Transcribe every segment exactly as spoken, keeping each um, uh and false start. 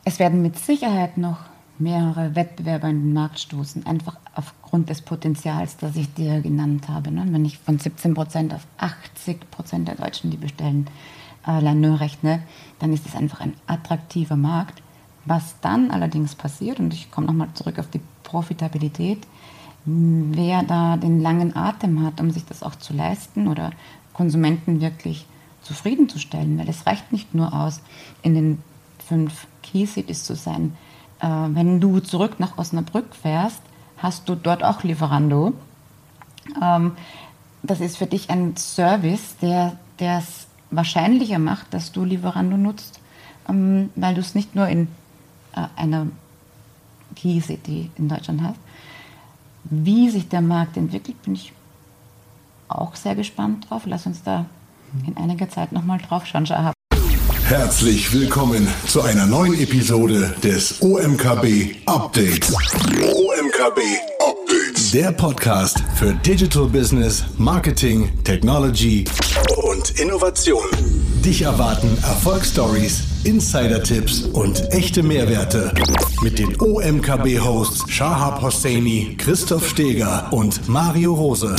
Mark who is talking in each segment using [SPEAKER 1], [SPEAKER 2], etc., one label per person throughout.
[SPEAKER 1] Es werden mit Sicherheit noch mehrere Wettbewerber in den Markt stoßen, einfach aufgrund des Potenzials, das ich dir genannt habe. Ne? Wenn ich von siebzehn Prozent auf achtzig Prozent der Deutschen, die bestellen, allein nur rechne, dann ist es einfach ein attraktiver Markt. Was dann allerdings passiert, und ich komme nochmal zurück auf die Profitabilität, wer da den langen Atem hat, um sich das auch zu leisten oder Konsumenten wirklich zufriedenzustellen, weil es reicht nicht nur aus, in den fünf Key-Cities zu sein. Äh, wenn du zurück nach Osnabrück fährst, hast du dort auch Lieferando. Ähm, das ist für dich ein Service, der es wahrscheinlicher macht, dass du Lieferando nutzt, ähm, weil du es nicht nur in äh, einer Key-City in Deutschland hast. Wie sich der Markt entwickelt, bin ich auch sehr gespannt drauf. Lass uns da in einiger Zeit nochmal drauf schauen. Shahab.
[SPEAKER 2] Herzlich willkommen zu einer neuen Episode des O M K B Updates. O M K B Updates. Der Podcast für Digital Business, Marketing, Technology und Innovation. Dich erwarten Erfolgsstories, Insider-Tipps und echte Mehrwerte mit den O M K B-Hosts Shahab Hosseini, Christoph Steger und Mario Rose.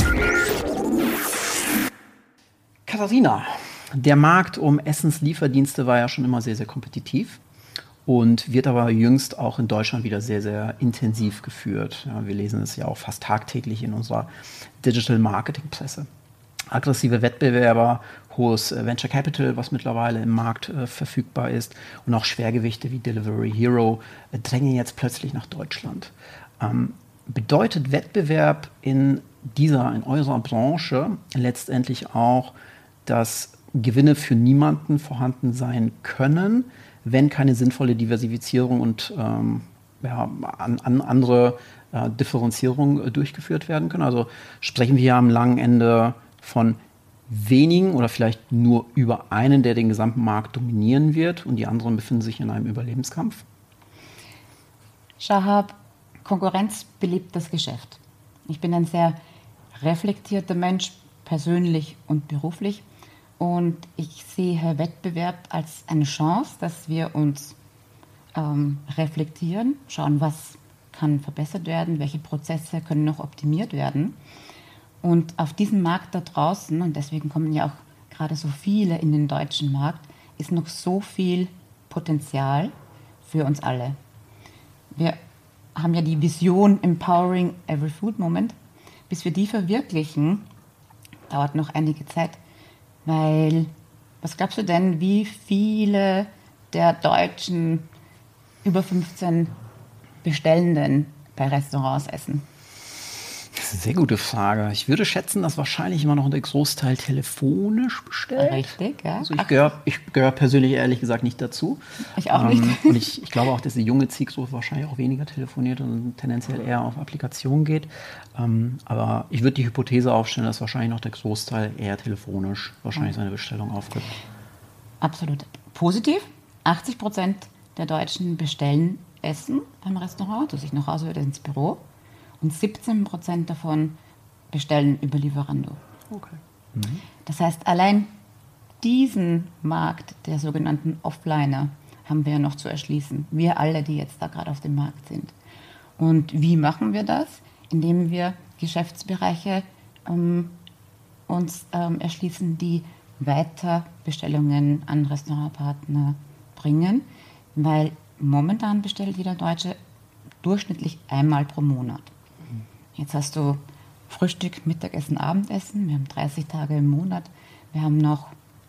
[SPEAKER 3] Katharina, der Markt um Essenslieferdienste war ja schon immer sehr, sehr kompetitiv und wird aber jüngst auch in Deutschland wieder sehr, sehr intensiv geführt. Ja, wir lesen es ja auch fast tagtäglich in unserer Digital-Marketing-Presse. Aggressive Wettbewerber, hohes Venture Capital, was mittlerweile im Markt äh, verfügbar ist, und auch Schwergewichte wie Delivery Hero äh, drängen jetzt plötzlich nach Deutschland. Ähm, bedeutet Wettbewerb in dieser, in eurer Branche letztendlich auch, dass Gewinne für niemanden vorhanden sein können, wenn keine sinnvolle Diversifizierung und ähm, ja, an, an andere äh, Differenzierung äh, durchgeführt werden können? Also sprechen wir am langen Ende von wenigen oder vielleicht nur über einen, der den gesamten Markt dominieren wird, und die anderen befinden sich in einem Überlebenskampf?
[SPEAKER 1] Shahab, Konkurrenz belebt das Geschäft. Ich bin ein sehr reflektierter Mensch, persönlich und beruflich. Und ich sehe Wettbewerb als eine Chance, dass wir uns ähm, reflektieren, schauen, was kann verbessert werden, welche Prozesse können noch optimiert werden. Und auf diesem Markt da draußen, und deswegen kommen ja auch gerade so viele in den deutschen Markt, ist noch so viel Potenzial für uns alle. Wir haben ja die Vision Empowering Every Food Moment. Bis wir die verwirklichen, dauert noch einige Zeit. Weil, was glaubst du denn, wie viele der Deutschen über fünfzehn Bestellenden bei Restaurants essen?
[SPEAKER 3] Das ist eine sehr gute Frage. Ich würde schätzen, dass wahrscheinlich immer noch der Großteil telefonisch bestellt.
[SPEAKER 1] Richtig, ja.
[SPEAKER 3] Also ich gehöre ich gehör persönlich ehrlich gesagt nicht dazu.
[SPEAKER 1] Ich auch nicht.
[SPEAKER 3] Ähm, und ich, ich glaube auch, dass die junge Zielgruppe wahrscheinlich auch weniger telefoniert und tendenziell eher auf Applikationen geht. Ähm, aber ich würde die Hypothese aufstellen, dass wahrscheinlich noch der Großteil eher telefonisch wahrscheinlich seine Bestellung aufgibt.
[SPEAKER 1] Absolut. Positiv. achtzig Prozent der Deutschen bestellen Essen beim Restaurant, das sich nach Hause oder ins Büro. Und siebzehn Prozent davon bestellen über Lieferando.
[SPEAKER 3] Okay.
[SPEAKER 1] Mhm. Das heißt, allein diesen Markt der sogenannten Offliner haben wir noch zu erschließen. Wir alle, die jetzt da gerade auf dem Markt sind. Und wie machen wir das? Indem wir Geschäftsbereiche ähm, uns ähm, erschließen, die weiter Bestellungen an Restaurantpartner bringen. Weil momentan bestellt jeder Deutsche durchschnittlich einmal pro Monat. Jetzt hast du Frühstück, Mittagessen, Abendessen. Wir haben dreißig Tage im Monat. Wir haben noch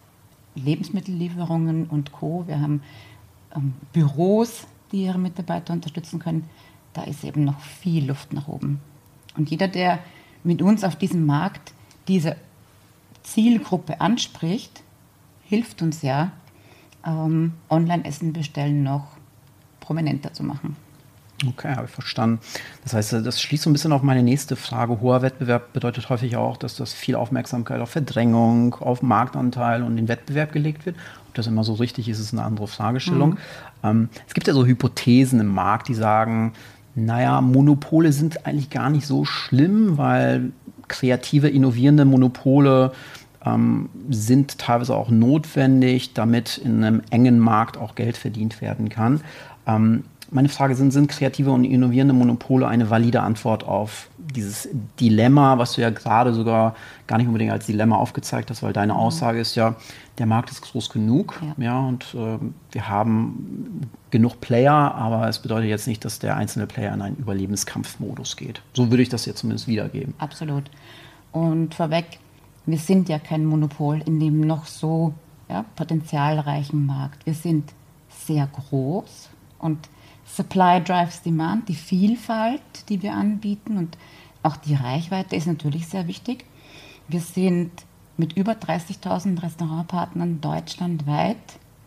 [SPEAKER 1] Lebensmittellieferungen und Co. Wir haben ähm, Büros, die ihre Mitarbeiter unterstützen können. Da ist eben noch viel Luft nach oben. Und jeder, der mit uns auf diesem Markt diese Zielgruppe anspricht, hilft uns ja, ähm, Online-Essen bestellen noch prominenter zu machen.
[SPEAKER 3] Okay, habe ich verstanden. Das heißt, das schließt so ein bisschen auf meine nächste Frage. Hoher Wettbewerb bedeutet häufig auch, dass das viel Aufmerksamkeit auf Verdrängung, auf Marktanteil und den Wettbewerb gelegt wird. Ob das immer so richtig ist, ist eine andere Fragestellung. Mhm. Ähm, es gibt ja so Hypothesen im Markt, die sagen, naja, Monopole sind eigentlich gar nicht so schlimm, weil kreative, innovierende Monopole ähm, sind teilweise auch notwendig, damit in einem engen Markt auch Geld verdient werden kann. Ähm, meine Frage, sind, sind kreative und innovierende Monopole eine valide Antwort auf dieses Dilemma, was du ja gerade sogar gar nicht unbedingt als Dilemma aufgezeigt hast, weil deine mhm. Aussage ist ja, der Markt ist groß genug, ja, ja und äh, wir haben genug Player, aber es bedeutet jetzt nicht, dass der einzelne Player in einen Überlebenskampfmodus geht. So würde ich das jetzt zumindest wiedergeben.
[SPEAKER 1] Absolut. Und vorweg, wir sind ja kein Monopol in dem noch so ja, potenzialreichen Markt. Wir sind sehr groß und Supply drives Demand, die Vielfalt, die wir anbieten und auch die Reichweite ist natürlich sehr wichtig. Wir sind mit über dreißigtausend Restaurantpartnern deutschlandweit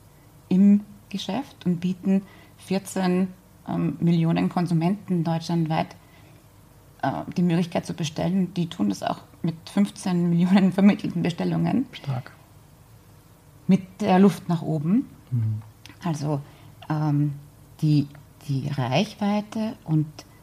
[SPEAKER 1] im Geschäft und bieten vierzehn ähm, Millionen Konsumenten deutschlandweit äh, die Möglichkeit zu bestellen. Die tun das auch mit fünfzehn Millionen vermittelten Bestellungen.
[SPEAKER 3] Stark.
[SPEAKER 1] Mit der Luft nach oben. Mhm. Also ähm, die Die Reichweite und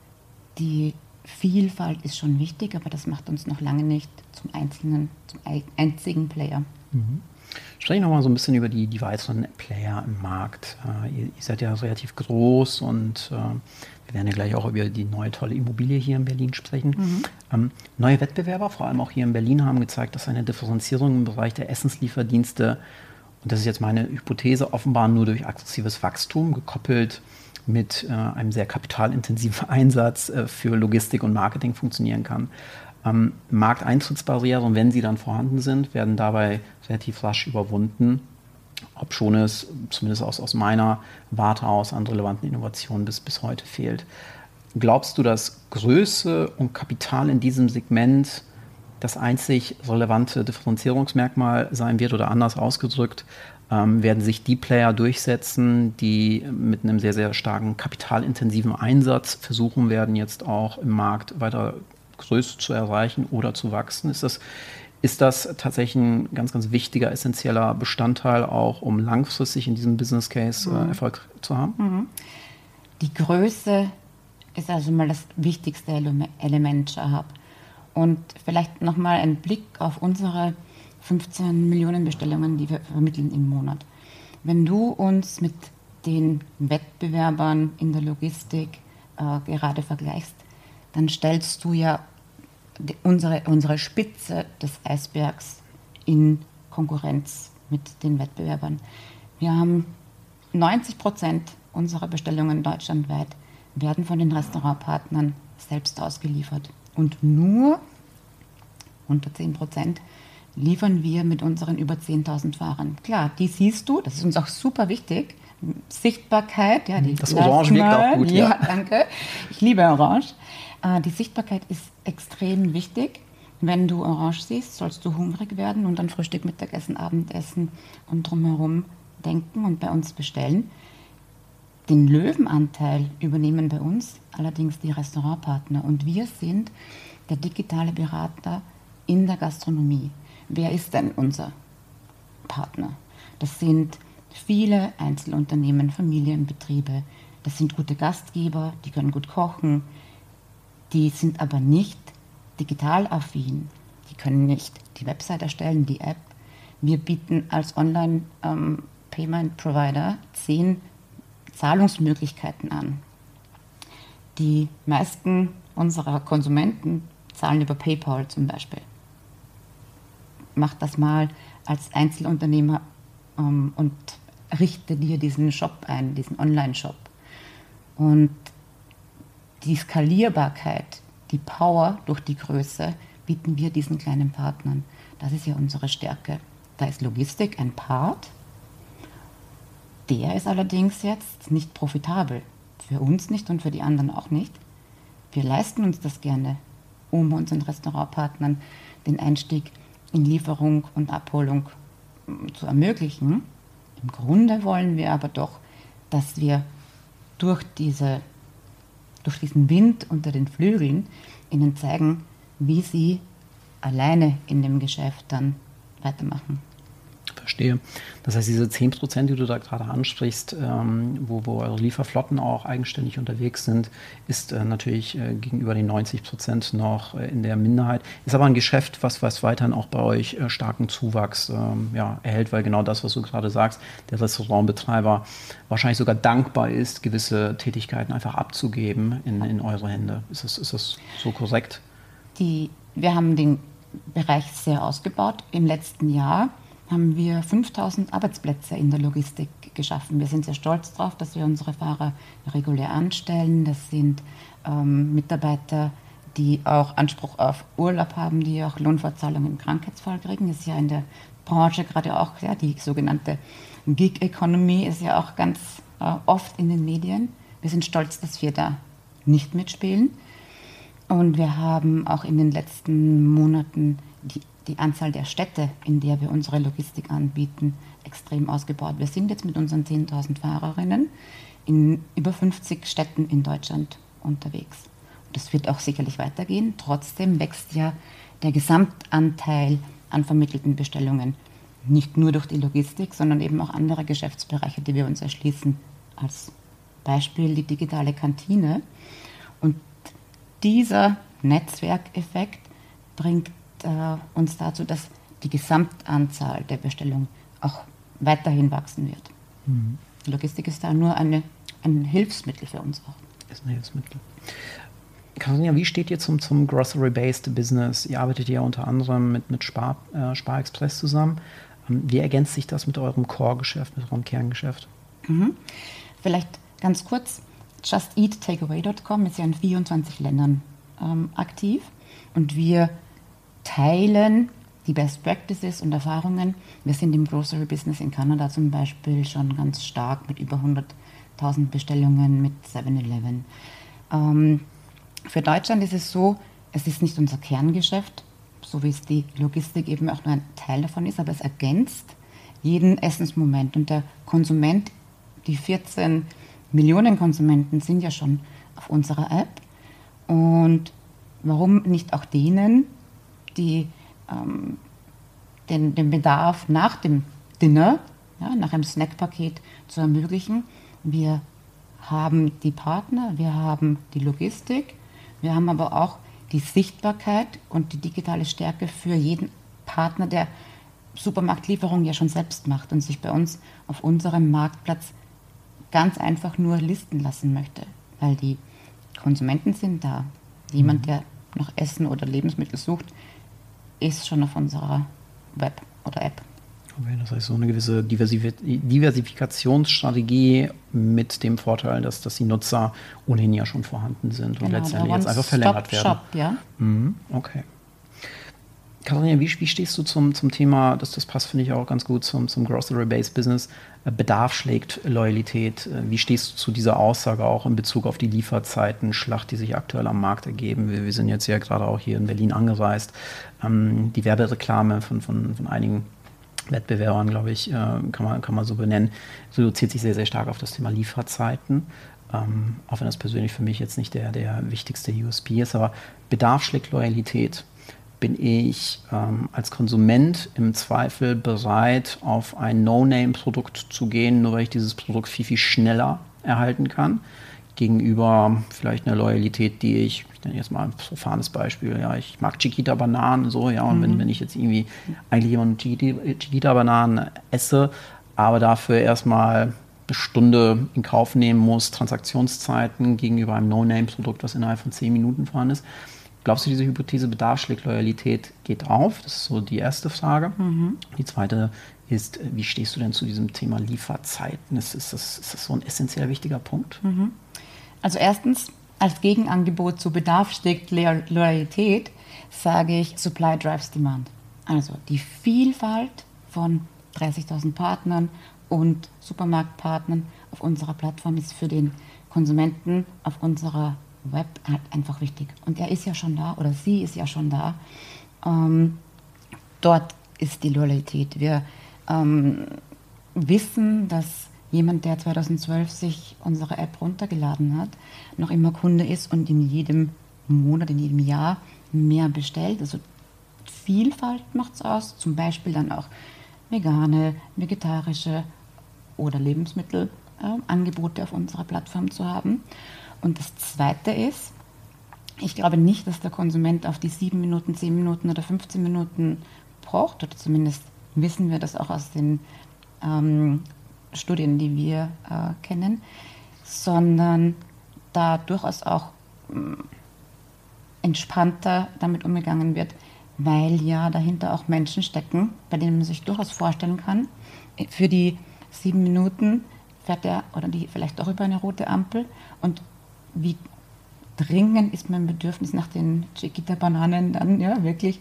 [SPEAKER 1] die Vielfalt ist schon wichtig, aber das macht uns noch lange nicht zum einzelnen, zum einzigen Player.
[SPEAKER 3] Mhm. Sprechen wir noch mal so ein bisschen über die, die weiteren Player im Markt. Äh, ihr, ihr seid ja relativ groß und äh, wir werden ja gleich auch über die neue tolle Immobilie hier in Berlin sprechen. Mhm. Ähm, neue Wettbewerber, vor allem auch hier in Berlin, haben gezeigt, dass eine Differenzierung im Bereich der Essenslieferdienste, und das ist jetzt meine Hypothese, offenbar nur durch aggressives Wachstum gekoppelt mit äh, einem sehr kapitalintensiven Einsatz äh, für Logistik und Marketing funktionieren kann. Ähm, Markteintrittsbarrieren, wenn sie dann vorhanden sind, werden dabei relativ rasch überwunden, obschon es zumindest aus, aus meiner Warte aus an relevanten Innovationen bis, bis heute fehlt. Glaubst du, dass Größe und Kapital in diesem Segment das einzig relevante Differenzierungsmerkmal sein wird oder anders ausgedrückt, Ähm, werden sich die Player durchsetzen, die mit einem sehr, sehr starken kapitalintensiven Einsatz versuchen werden, jetzt auch im Markt weiter Größe zu erreichen oder zu wachsen? Ist das, ist das tatsächlich ein ganz, ganz wichtiger, essentieller Bestandteil auch, um langfristig in diesem Business Case äh, Erfolg zu haben?
[SPEAKER 1] Mhm. Die Größe ist also mal das wichtigste Element, Shahab. Und vielleicht nochmal ein Blick auf unsere fünfzehn Millionen Bestellungen, die wir vermitteln im Monat. Wenn du uns mit den Wettbewerbern in der Logistik äh, gerade vergleichst, dann stellst du ja die, unsere, unsere Spitze des Eisbergs in Konkurrenz mit den Wettbewerbern. Wir haben neunzig Prozent unserer Bestellungen deutschlandweit werden von den Restaurantpartnern selbst ausgeliefert. Und nur unter zehn Prozent liefern wir mit unseren über zehntausend Fahrern. Klar, die siehst du, das ist uns auch super wichtig. Sichtbarkeit. Ja, die
[SPEAKER 3] das Orange wirkt auch gut.
[SPEAKER 1] Ja, ja, danke. Ich liebe Orange. Äh, die Sichtbarkeit ist extrem wichtig. Wenn du Orange siehst, sollst du hungrig werden und dann Frühstück, Mittagessen, Abendessen und drumherum denken und bei uns bestellen. Den Löwenanteil übernehmen bei uns allerdings die Restaurantpartner. Und wir sind der digitale Berater in der Gastronomie. Wer ist denn unser Partner? Das sind viele Einzelunternehmen, Familienbetriebe. Das sind gute Gastgeber, die können gut kochen. Die sind aber nicht digital affin. Die können nicht die Website erstellen, die App. Wir bieten als Online-Payment-Provider ähm, zehn Zahlungsmöglichkeiten an. Die meisten unserer Konsumenten zahlen über PayPal zum Beispiel. Mach das mal als Einzelunternehmer ähm, und richte dir diesen Shop ein, diesen Online-Shop. Und die Skalierbarkeit, die Power durch die Größe bieten wir diesen kleinen Partnern. Das ist ja unsere Stärke. Da ist Logistik ein Part. Der ist allerdings jetzt nicht profitabel. Für uns nicht und für die anderen auch nicht. Wir leisten uns das gerne, um unseren Restaurantpartnern den Einstieg in Lieferung und Abholung zu ermöglichen. Im Grunde wollen wir aber doch, dass wir durch, diese, durch diesen Wind unter den Flügeln ihnen zeigen, wie sie alleine in dem Geschäft dann weitermachen.
[SPEAKER 3] Verstehe. Das heißt, diese zehn Prozent, die du da gerade ansprichst, ähm, wo, wo eure Lieferflotten auch eigenständig unterwegs sind, ist äh, natürlich äh, gegenüber den neunzig Prozent noch äh, in der Minderheit. Ist aber ein Geschäft, was, was weiterhin auch bei euch äh, starken Zuwachs ähm, ja, erhält, weil genau das, was du gerade sagst, der Restaurantbetreiber wahrscheinlich sogar dankbar ist, gewisse Tätigkeiten einfach abzugeben in, in eure Hände. Ist das, ist das so korrekt?
[SPEAKER 1] Die, wir haben den Bereich sehr ausgebaut. Im letzten Jahr haben wir fünftausend Arbeitsplätze in der Logistik geschaffen. Wir sind sehr stolz darauf, dass wir unsere Fahrer regulär anstellen. Das sind ähm, Mitarbeiter, die auch Anspruch auf Urlaub haben, die auch Lohnfortzahlungen im Krankheitsfall kriegen. Das ist ja in der Branche gerade auch, ja, die sogenannte Gig Economy ist ja auch ganz äh, oft in den Medien. Wir sind stolz, dass wir da nicht mitspielen. Und wir haben auch in den letzten Monaten die, die Anzahl der Städte, in der wir unsere Logistik anbieten, extrem ausgebaut. Wir sind jetzt mit unseren zehntausend Fahrerinnen in über fünfzig Städten in Deutschland unterwegs. Und das wird auch sicherlich weitergehen. Trotzdem wächst ja der Gesamtanteil an vermittelten Bestellungen nicht nur durch die Logistik, sondern eben auch andere Geschäftsbereiche, die wir uns erschließen. Als Beispiel die digitale Kantine. Und dieser Netzwerkeffekt bringt äh, uns dazu, dass die Gesamtanzahl der Bestellungen auch weiterhin wachsen wird. Mhm. Logistik ist da nur eine, ein Hilfsmittel für uns auch.
[SPEAKER 3] Ist ein Hilfsmittel. Katharina, wie steht ihr zum, zum Grocery-Based Business? Ihr arbeitet ja unter anderem mit, mit Spar, äh, SparExpress zusammen. Ähm, wie ergänzt sich das mit eurem Core-Geschäft, mit eurem Kerngeschäft?
[SPEAKER 1] Mhm. Vielleicht ganz kurz. just eat takeaway dot com ist ja in vierundzwanzig Ländern ähm, aktiv und wir teilen die Best Practices und Erfahrungen. Wir sind im Grocery Business in Kanada zum Beispiel schon ganz stark mit über hunderttausend Bestellungen mit seven eleven. Ähm, für Deutschland ist es so, es ist nicht unser Kerngeschäft, so wie es die Logistik eben auch nur ein Teil davon ist, aber es ergänzt jeden Essensmoment und der Konsument, die vierzehn Millionen Konsumenten sind ja schon auf unserer App. Und warum nicht auch denen, die ähm, den, den Bedarf nach dem Dinner, ja, nach einem Snackpaket zu ermöglichen? Wir haben die Partner, wir haben die Logistik, wir haben aber auch die Sichtbarkeit und die digitale Stärke für jeden Partner, der Supermarktlieferung ja schon selbst macht und sich bei uns auf unserem Marktplatz ganz einfach nur listen lassen möchte, weil die Konsumenten sind da. Jemand, der nach Essen oder Lebensmittel sucht, ist schon auf unserer Web oder App.
[SPEAKER 3] Okay, das heißt so eine gewisse Diversifikationsstrategie mit dem Vorteil, dass, dass die Nutzer ohnehin ja schon vorhanden sind und genau, letztendlich jetzt einfach verlängert werden.
[SPEAKER 1] Shop, ja.
[SPEAKER 3] Mhm, okay. Katharina, wie, wie stehst du zum, zum Thema, das, das passt, finde ich, auch ganz gut zum, zum Grocery-Based Business, Bedarf schlägt Loyalität. Wie stehst du zu dieser Aussage auch in Bezug auf die Lieferzeiten-Schlacht, die sich aktuell am Markt ergeben? Wir, wir sind jetzt ja gerade auch hier in Berlin angereist. Ähm, die Werbereklame von, von, von einigen Wettbewerbern, glaube ich, äh, kann man, kann man so benennen, reduziert sich sehr, sehr stark auf das Thema Lieferzeiten. Ähm, auch wenn das persönlich für mich jetzt nicht der, der wichtigste U S P ist, aber Bedarf schlägt Loyalität. Bin ich ähm, als Konsument im Zweifel bereit, auf ein No-Name-Produkt zu gehen, nur weil ich dieses Produkt viel, viel schneller erhalten kann, gegenüber vielleicht einer Loyalität, die ich, ich nenne jetzt mal ein profanes Beispiel, ja, ich mag Chiquita-Bananen, so, ja, und mhm. wenn, wenn ich jetzt irgendwie eigentlich jemand Chiquita-Bananen esse, aber dafür erstmal eine Stunde in Kauf nehmen muss, Transaktionszeiten gegenüber einem No-Name-Produkt, was innerhalb von zehn Minuten vorhanden ist. Glaubst du, diese Hypothese Bedarf schlägt Loyalität geht auf? Das ist so die erste Frage. Mhm. Die zweite ist, wie stehst du denn zu diesem Thema Lieferzeiten? Ist, ist, das, ist das so ein essentiell wichtiger Punkt?
[SPEAKER 1] Mhm. Also erstens, als Gegenangebot zu Bedarf schlägt Loyalität, sage ich, Supply drives Demand. Also die Vielfalt von dreißigtausend Partnern und Supermarktpartnern auf unserer Plattform ist für den Konsumenten auf unserer Web halt einfach wichtig. Und er ist ja schon da oder sie ist ja schon da. Ähm, dort ist die Loyalität. Wir ähm, wissen, dass jemand, der zweitausendzwölf sich unsere App runtergeladen hat, noch immer Kunde ist und in jedem Monat, in jedem Jahr mehr bestellt. Also Vielfalt macht es aus. Zum Beispiel dann auch vegane, vegetarische oder Lebensmittelangebote äh, auf unserer Plattform zu haben. Und das Zweite ist, ich glaube nicht, dass der Konsument auf die sieben Minuten, zehn Minuten oder fünfzehn Minuten braucht, oder zumindest wissen wir das auch aus den ähm, Studien, die wir äh, kennen, sondern da durchaus auch äh, entspannter damit umgegangen wird, weil ja dahinter auch Menschen stecken, bei denen man sich durchaus vorstellen kann, für die sieben Minuten fährt er oder die vielleicht doch über eine rote Ampel und wie dringend ist mein Bedürfnis nach den Chiquita-Bananen dann, ja, wirklich.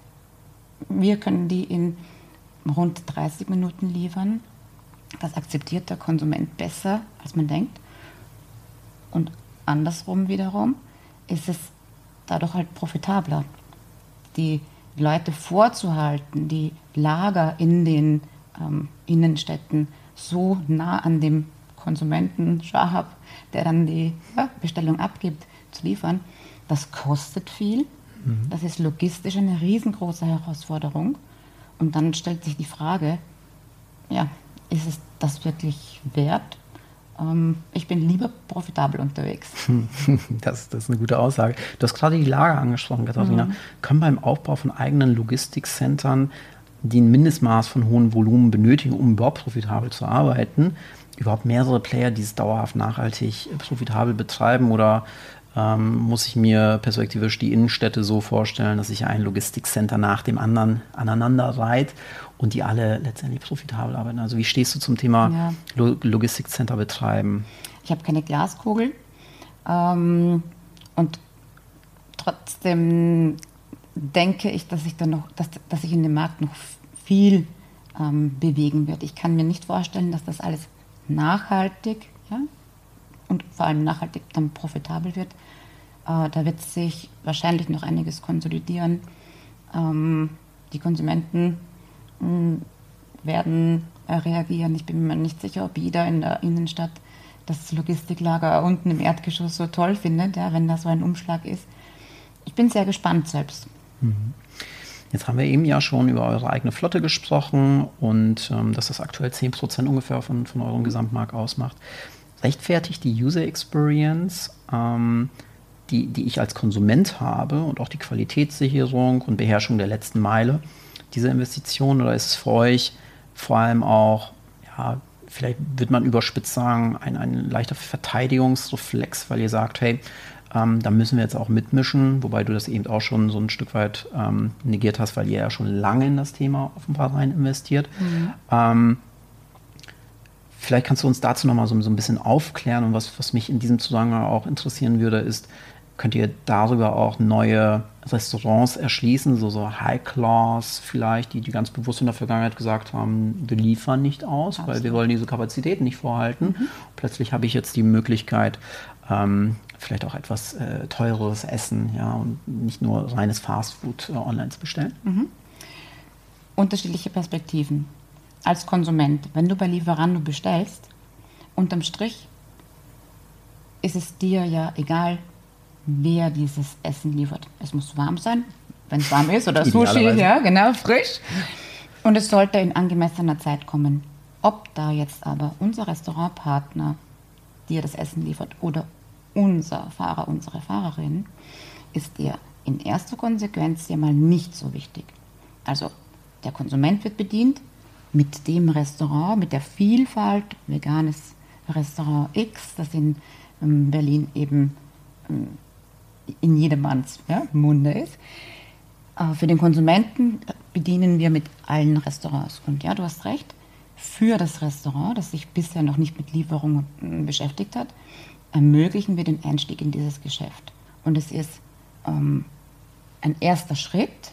[SPEAKER 1] Wir können die in rund dreißig Minuten liefern. Das akzeptiert der Konsument besser, als man denkt. Und andersrum wiederum ist es dadurch halt profitabler, die Leute vorzuhalten, die Lager in den ähm, Innenstädten so nah an dem Konsumenten Shahab, der dann die ja, Bestellung abgibt, zu liefern. Das kostet viel. Mhm. Das ist logistisch eine riesengroße Herausforderung. Und dann stellt sich die Frage, ja, ist es das wirklich wert? Ähm, ich bin lieber profitabel unterwegs.
[SPEAKER 3] Das, das ist eine gute Aussage. Du hast gerade die Lager angesprochen, Katharina. Mhm. Können beim Aufbau von eigenen Logistikcentern, die ein Mindestmaß von hohem Volumen benötigen, um überhaupt profitabel zu arbeiten, überhaupt mehrere Player, die es dauerhaft nachhaltig profitabel betreiben, oder ähm, muss ich mir perspektivisch die Innenstädte so vorstellen, dass ich ein Logistikcenter nach dem anderen aneinander reiht und die alle letztendlich profitabel arbeiten? Also wie stehst du zum Thema ja. Lo- Logistikcenter betreiben?
[SPEAKER 1] Ich habe keine Glaskugel ähm, und trotzdem denke ich, dass ich dann noch, dass, dass sich in dem Markt noch viel ähm, bewegen wird. Ich kann mir nicht vorstellen, dass das alles nachhaltig, ja, und vor allem nachhaltig dann profitabel wird. Äh, da wird sich wahrscheinlich noch einiges konsolidieren. Ähm, die Konsumenten mh, werden äh, reagieren. Ich bin mir nicht sicher, ob jeder in der Innenstadt das Logistiklager unten im Erdgeschoss so toll findet, ja, wenn da so ein Umschlag ist. Ich bin sehr gespannt selbst.
[SPEAKER 3] Jetzt haben wir eben ja schon über eure eigene Flotte gesprochen und ähm, dass das aktuell zehn Prozent ungefähr von, von eurem Gesamtmarkt ausmacht. Rechtfertigt die User Experience, ähm, die, die ich als Konsument habe, und auch die Qualitätssicherung und Beherrschung der letzten Meile diese Investition, oder ist es für euch vor allem auch, ja, vielleicht wird man überspitzt sagen, ein, ein leichter Verteidigungsreflex, weil ihr sagt, hey, Ähm, da müssen wir jetzt auch mitmischen, wobei du das eben auch schon so ein Stück weit ähm, negiert hast, weil ihr ja schon lange in das Thema offenbar rein investiert. Mhm. Ähm, vielleicht kannst du uns dazu nochmal so, so ein bisschen aufklären, und was, was mich in diesem Zusammenhang auch interessieren würde, ist, könnt ihr darüber auch neue Restaurants erschließen, so, so High-Class vielleicht, die, die ganz bewusst in der Vergangenheit gesagt haben, wir liefern nicht aus, Absolut. weil wir wollen diese Kapazitäten nicht vorhalten. Mhm. Plötzlich habe ich jetzt die Möglichkeit, ähm, vielleicht auch etwas äh, teureres Essen, ja, und nicht nur reines Fastfood äh, online zu bestellen.
[SPEAKER 1] Mhm. Unterschiedliche Perspektiven. Als Konsument, wenn du bei Lieferando bestellst, unterm Strich ist es dir ja egal, wer dieses Essen liefert. Es muss warm sein, wenn es warm ist, oder Sushi, ja, genau, frisch. Und es sollte in angemessener Zeit kommen. Ob da jetzt aber unser Restaurantpartner dir das Essen liefert oder unser Fahrer, unsere Fahrerin, ist dir in erster Konsequenz ja mal nicht so wichtig. Also der Konsument wird bedient mit dem Restaurant, mit der Vielfalt, veganes Restaurant X, das in ähm, Berlin eben ähm, in jedermanns ja, Munde ist. Äh, für den Konsumenten bedienen wir mit allen Restaurants. Und ja, du hast recht, für das Restaurant, das sich bisher noch nicht mit Lieferungen äh, beschäftigt hat, ermöglichen wir den Einstieg in dieses Geschäft. Und es ist ähm, ein erster Schritt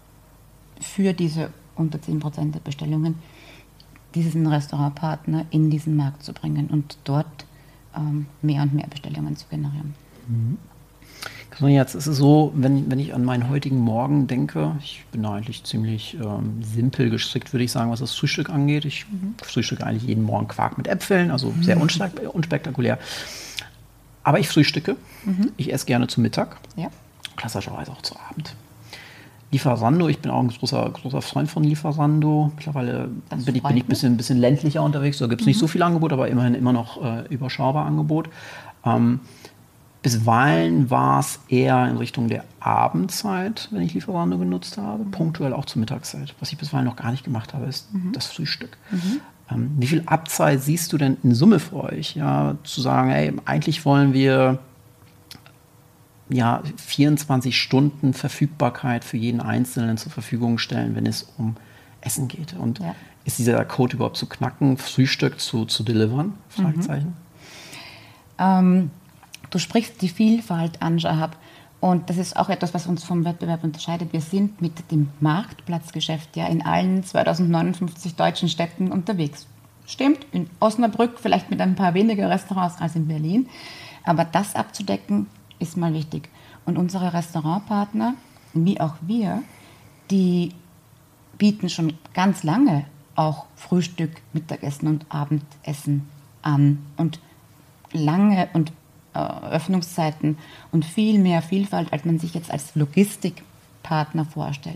[SPEAKER 1] für diese unter zehn Prozent der Bestellungen, diesen Restaurantpartner in diesen Markt zu bringen und dort ähm, mehr und mehr Bestellungen zu generieren.
[SPEAKER 3] Mhm. Jetzt ist es so, wenn, wenn ich an meinen heutigen Morgen denke, ich bin da eigentlich ziemlich ähm, simpel gestrickt, würde ich sagen, was das Frühstück angeht. Ich mhm. frühstücke eigentlich jeden Morgen Quark mit Äpfeln, also sehr mhm. unspek- unspektakulär. Aber ich frühstücke, mhm. ich esse gerne zu Mittag, ja. klassischerweise auch zu Abend. Lieferando, ich bin auch ein großer, großer Freund von Lieferando. Mittlerweile bin ich, bin ich ein bisschen, bisschen ländlicher unterwegs. Da gibt es mhm. nicht so viel Angebot, aber immerhin immer noch äh, überschaubar Angebot. Ähm, bisweilen war es eher in Richtung der Abendzeit, wenn ich Lieferando genutzt habe. Punktuell auch zur Mittagszeit. Was ich bisweilen noch gar nicht gemacht habe, ist mhm. das Frühstück. Mhm. Ähm, wie viel Abzeit siehst du denn in Summe für euch? Ja, zu sagen, ey, eigentlich wollen wir ja, vierundzwanzig Stunden Verfügbarkeit für jeden Einzelnen zur Verfügung stellen, wenn es um Essen geht. Und ja. ist dieser Code überhaupt zu knacken, Frühstück zu, zu delivern? Fragezeichen. Mhm.
[SPEAKER 1] Ähm, du sprichst die Vielfalt an, Shahab. Und das ist auch etwas, was uns vom Wettbewerb unterscheidet. Wir sind mit dem Marktplatzgeschäft ja in allen zweitausendneunundfünfzig deutschen Städten unterwegs. Stimmt, in Osnabrück vielleicht mit ein paar weniger Restaurants als in Berlin. Aber das abzudecken, ist mal wichtig. Und unsere Restaurantpartner, wie auch wir, die bieten schon ganz lange auch Frühstück, Mittagessen und Abendessen an. Und lange und äh, Öffnungszeiten und viel mehr Vielfalt, als man sich jetzt als Logistikpartner vorstellt.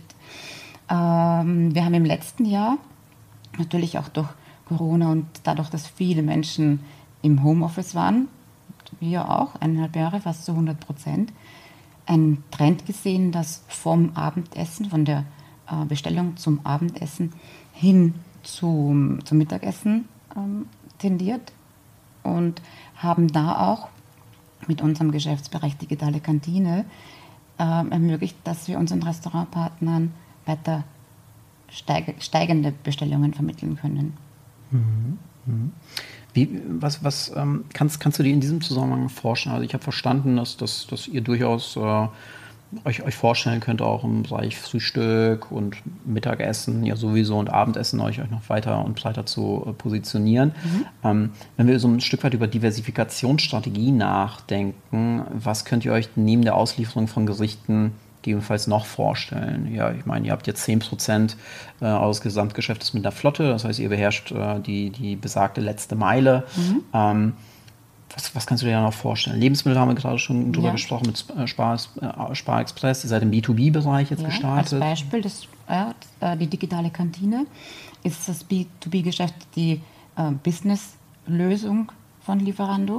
[SPEAKER 1] Ähm, wir haben im letzten Jahr, natürlich auch durch Corona und dadurch, dass viele Menschen im Homeoffice waren, wir auch, eineinhalb Jahre, fast zu hundert Prozent, einen Trend gesehen, dass vom Abendessen, von der äh, Bestellung zum Abendessen hin zum, zum Mittagessen ähm, tendiert und haben da auch mit unserem Geschäftsbereich Digitale Kantine äh, ermöglicht, dass wir unseren Restaurantpartnern weiter steig, steigende Bestellungen vermitteln können.
[SPEAKER 3] Mhm. Mhm. Wie, was was ähm, kannst, kannst du dir in diesem Zusammenhang vorstellen? Also ich habe verstanden, dass, dass, dass ihr durchaus äh, euch, euch vorstellen könnt, auch im Bereich Frühstück und Mittagessen ja sowieso und Abendessen euch, euch noch weiter und breiter zu äh, positionieren. Mhm. Ähm, wenn wir so ein Stück weit über Diversifikationsstrategie nachdenken, was könnt ihr euch neben der Auslieferung von Gerichten gegebenenfalls noch vorstellen? Ja, ich meine, ihr habt jetzt zehn Prozent äh, eures Gesamtgeschäftes mit der Flotte, das heißt, ihr beherrscht äh, die, die besagte letzte Meile. Mhm. Ähm, was, was kannst du dir da noch vorstellen? Lebensmittel haben wir gerade schon drüber ja. gesprochen mit äh, Spar, äh, Spar Express, ihr seid im B zwei B-Bereich jetzt ja, gestartet.
[SPEAKER 1] Als Beispiel, das, äh, die digitale Kantine ist das B zwei B-Geschäft, die äh, Business-Lösung von Lieferando.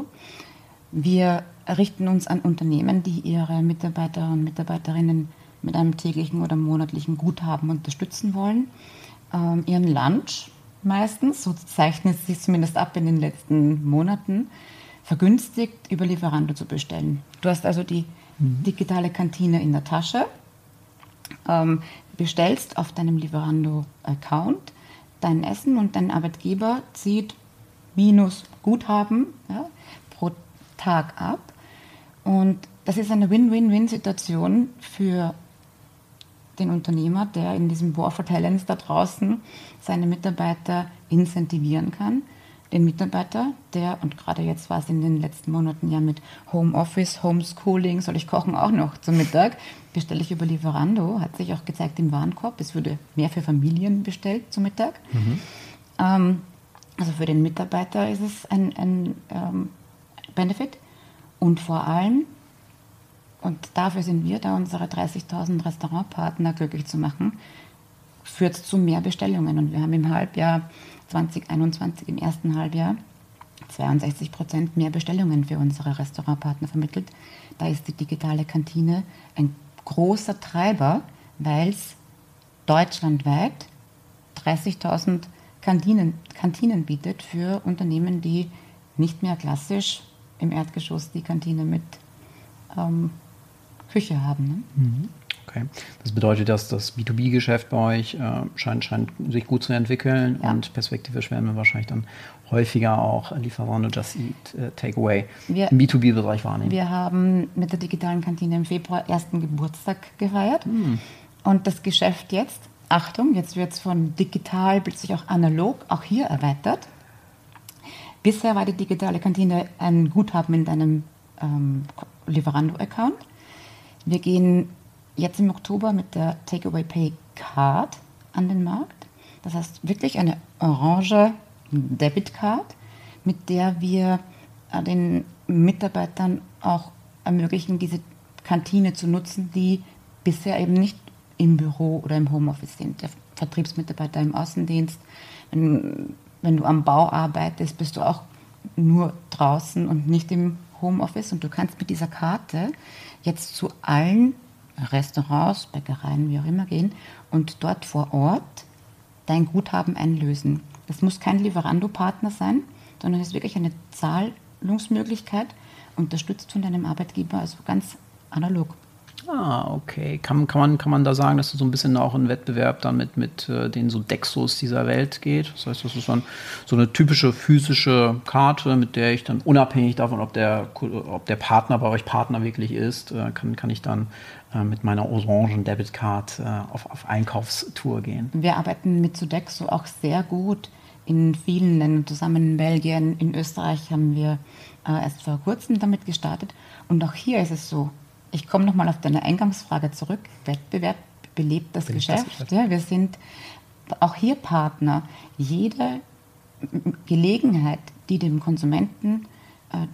[SPEAKER 1] Wir richten uns an Unternehmen, die ihre Mitarbeiter und Mitarbeiterinnen mit einem täglichen oder monatlichen Guthaben unterstützen wollen. Ähm, ihren Lunch meistens, so zeichnet es sich zumindest ab in den letzten Monaten, vergünstigt über Lieferando zu bestellen. Du hast also die mhm. digitale Kantine in der Tasche, ähm, bestellst auf deinem Lieferando-Account dein Essen und dein Arbeitgeber zieht minus Guthaben ja, pro Tag ab. Und das ist eine Win-Win-Win-Situation für den Unternehmer, der in diesem War for Talents da draußen seine Mitarbeiter incentivieren kann. Den Mitarbeiter, der, und gerade jetzt war es in den letzten Monaten ja mit Homeoffice, Homeschooling, soll ich kochen auch noch zum Mittag, bestelle ich über Lieferando, hat sich auch gezeigt im Warenkorb, es wurde mehr für Familien bestellt zum Mittag. Mhm. Ähm, also für den Mitarbeiter ist es ein, ein ähm, Benefit. Und vor allem, und dafür sind wir da, unsere dreißigtausend Restaurantpartner glücklich zu machen, führt es zu mehr Bestellungen. Und wir haben im Halbjahr zwanzig einundzwanzig, im ersten Halbjahr, zweiundsechzig Prozent mehr Bestellungen für unsere Restaurantpartner vermittelt. Da ist die digitale Kantine ein großer Treiber, weil es deutschlandweit dreißigtausend Kantinen, Kantinen bietet für Unternehmen, die nicht mehr klassisch im Erdgeschoss die Kantine mit ähm, Küche haben. Ne?
[SPEAKER 3] Okay. Das bedeutet, dass das B zwei B-Geschäft bei euch äh, scheint, scheint sich gut zu entwickeln ja. und perspektivisch werden wir wahrscheinlich dann häufiger auch Lieferando, Just Eat, äh, Takeaway wir, im B zwei B-Bereich wahrnehmen.
[SPEAKER 1] Wir haben mit der digitalen Kantine im Februar ersten Geburtstag gefeiert hm. und das Geschäft jetzt, Achtung, jetzt wird es von digital plötzlich auch analog, auch hier erweitert. Bisher war die digitale Kantine ein Guthaben in deinem ähm, Lieferando-Account. Wir gehen jetzt im Oktober mit der Takeaway Pay Card an den Markt. Das heißt wirklich eine orange Debitcard, mit der wir äh, den Mitarbeitern auch ermöglichen, diese Kantine zu nutzen, die bisher eben nicht im Büro oder im Homeoffice sind. Der Vertriebsmitarbeiter im Außendienst. Wenn, wenn du am Bau arbeitest, bist du auch nur draußen und nicht im Homeoffice. Und du kannst mit dieser Karte jetzt zu allen Restaurants, Bäckereien, wie auch immer gehen und dort vor Ort dein Guthaben einlösen. Das muss kein Lieferando-Partner sein, sondern es ist wirklich eine Zahlungsmöglichkeit, unterstützt von deinem Arbeitgeber, also ganz analog.
[SPEAKER 3] Ah, okay. Kann, kann, man, kann man da sagen, dass du so ein bisschen auch in Wettbewerb dann mit, mit äh, den Sodexos dieser Welt geht? Das heißt, das ist dann so eine typische physische Karte, mit der ich dann unabhängig davon, ob der, ob der Partner bei euch Partner wirklich ist, äh, kann, kann ich dann äh, mit meiner orangen Debitcard äh, auf, auf Einkaufstour gehen.
[SPEAKER 1] Wir arbeiten mit Sodexo auch sehr gut in vielen Ländern zusammen. In Belgien, in Österreich haben wir äh, erst vor kurzem damit gestartet. Und auch hier ist es so, ich komme nochmal auf deine Eingangsfrage zurück. Wettbewerb belebt das belebt Geschäft. Das Geschäft. Ja, wir sind auch hier Partner. Jede Gelegenheit, die dem Konsumenten äh,